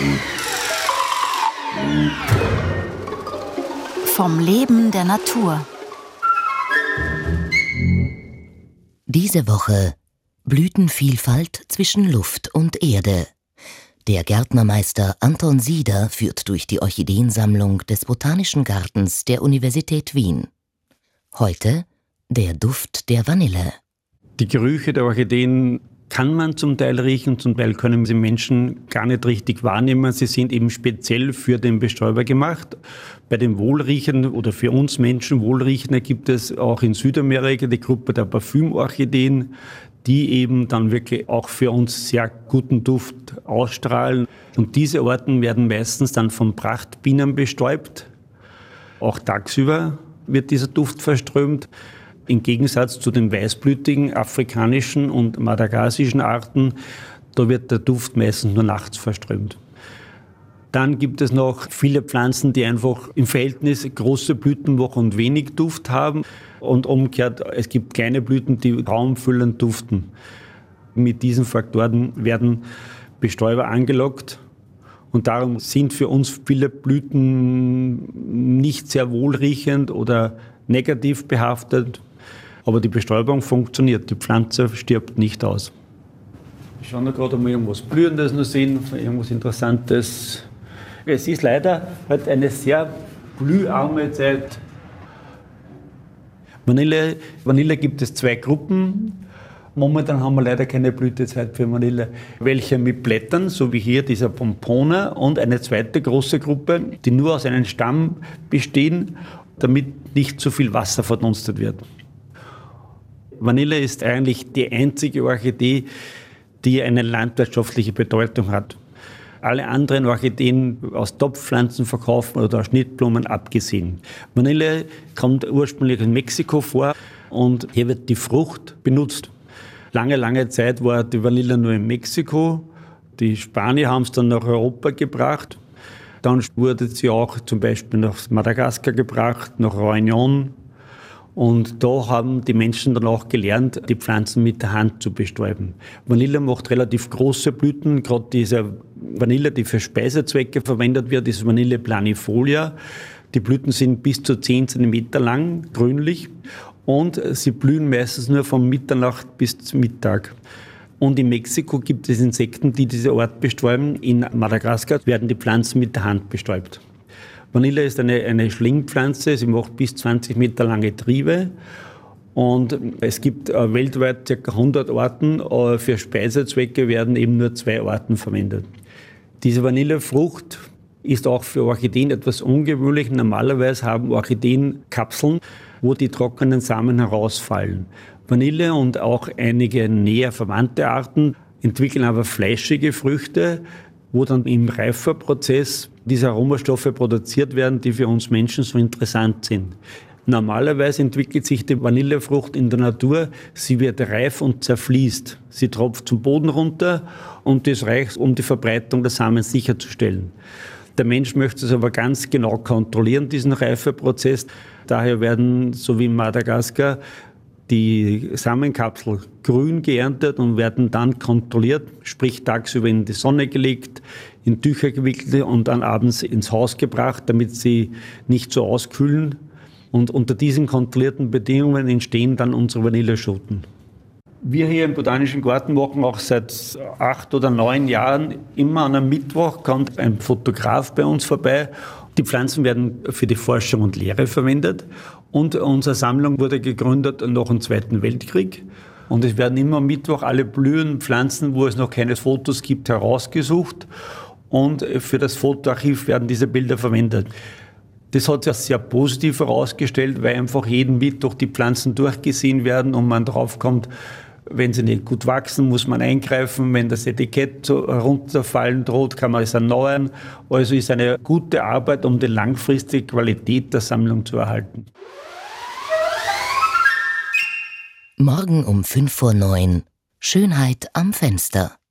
Vom Leben der Natur. Diese Woche Blütenvielfalt zwischen Luft und Erde. Der Gärtnermeister Anton Sieder führt durch die Orchideensammlung des Botanischen Gartens der Universität Wien. Heute der Duft der Vanille. Die Gerüche der Orchideen kann man zum Teil riechen, zum Teil können sie Menschen gar nicht richtig wahrnehmen. Sie sind eben speziell für den Bestäuber gemacht. Bei den Wohlriechenden oder für uns Menschen Wohlriechende gibt es auch in Südamerika die Gruppe der Parfümorchideen, die eben dann wirklich auch für uns sehr guten Duft ausstrahlen. Und diese Arten werden meistens dann von Prachtbienen bestäubt. Auch tagsüber wird dieser Duft verströmt. Im Gegensatz zu den weißblütigen afrikanischen und madagassischen Arten, da wird der Duft meistens nur nachts verströmt. Dann gibt es noch viele Pflanzen, die einfach im Verhältnis große Blütenwoche und wenig Duft haben. Und umgekehrt, es gibt kleine Blüten, die raumfüllend duften. Mit diesen Faktoren werden Bestäuber angelockt. Und darum sind für uns viele Blüten nicht sehr wohlriechend oder negativ behaftet. Aber die Bestäubung funktioniert, die Pflanze stirbt nicht aus. Wir schauen da gerade mal irgendwas Blühendes noch sehen, irgendwas Interessantes. Es ist leider halt eine sehr blüharme Zeit. Vanille gibt es 2 Gruppen. Momentan haben wir leider keine Blütezeit für Vanille. Welche mit Blättern, so wie hier dieser Pompona, und eine zweite große Gruppe, die nur aus einem Stamm bestehen, damit nicht zu viel Wasser verdunstet wird. Vanille ist eigentlich die einzige Orchidee, die eine landwirtschaftliche Bedeutung hat. Alle anderen Orchideen aus Topfpflanzen verkaufen oder aus Schnittblumen abgesehen. Vanille kommt ursprünglich in Mexiko vor und hier wird die Frucht benutzt. Lange Zeit war die Vanille nur in Mexiko. Die Spanier haben es dann nach Europa gebracht. Dann wurde sie auch zum Beispiel nach Madagaskar gebracht, nach Réunion. Und da haben die Menschen dann auch gelernt, die Pflanzen mit der Hand zu bestäuben. Vanille macht relativ große Blüten. Gerade diese Vanille, die für Speisezwecke verwendet wird, ist Vanille planifolia. Die Blüten sind bis zu 10 cm lang, grünlich. Und sie blühen meistens nur von Mitternacht bis zum Mittag. Und in Mexiko gibt es Insekten, die diese Art bestäuben. In Madagaskar werden die Pflanzen mit der Hand bestäubt. Vanille ist eine Schlingpflanze, sie macht bis 20 Meter lange Triebe. Und es gibt weltweit ca. 100 Arten. Für Speisezwecke werden eben nur 2 Arten verwendet. Diese Vanillefrucht ist auch für Orchideen etwas ungewöhnlich. Normalerweise haben Orchideen Kapseln, wo die trockenen Samen herausfallen. Vanille und auch einige näher verwandte Arten entwickeln aber fleischige Früchte, wo dann im Reifeprozess diese Aromastoffe produziert werden, die für uns Menschen so interessant sind. Normalerweise entwickelt sich die Vanillefrucht in der Natur, sie wird reif und zerfließt. Sie tropft zum Boden runter und das reicht, um die Verbreitung der Samen sicherzustellen. Der Mensch möchte es aber ganz genau kontrollieren, diesen Reifeprozess. Daher werden, so wie in Madagaskar, die Samenkapsel grün geerntet und werden dann kontrolliert, sprich tagsüber in die Sonne gelegt, in Tücher gewickelt und dann abends ins Haus gebracht, damit sie nicht so auskühlen. Und unter diesen kontrollierten Bedingungen entstehen dann unsere Vanilleschoten. Wir hier im Botanischen Garten machen auch seit 8 oder 9 Jahren immer an einem Mittwoch kommt ein Fotograf bei uns vorbei. Die Pflanzen werden für die Forschung und Lehre verwendet. Und unsere Sammlung wurde gegründet nach dem Zweiten Weltkrieg. Und es werden immer am Mittwoch alle blühenden Pflanzen, wo es noch keine Fotos gibt, herausgesucht. Und für das Fotoarchiv werden diese Bilder verwendet. Das hat sich sehr positiv herausgestellt, weil einfach jeden Mittwoch die Pflanzen durchgesehen werden und man drauf kommt, wenn sie nicht gut wachsen, muss man eingreifen. Wenn das Etikett herunterfallen droht, kann man es erneuern. Also ist eine gute Arbeit, um die langfristige Qualität der Sammlung zu erhalten. Morgen um 8:55 Schönheit am Fenster.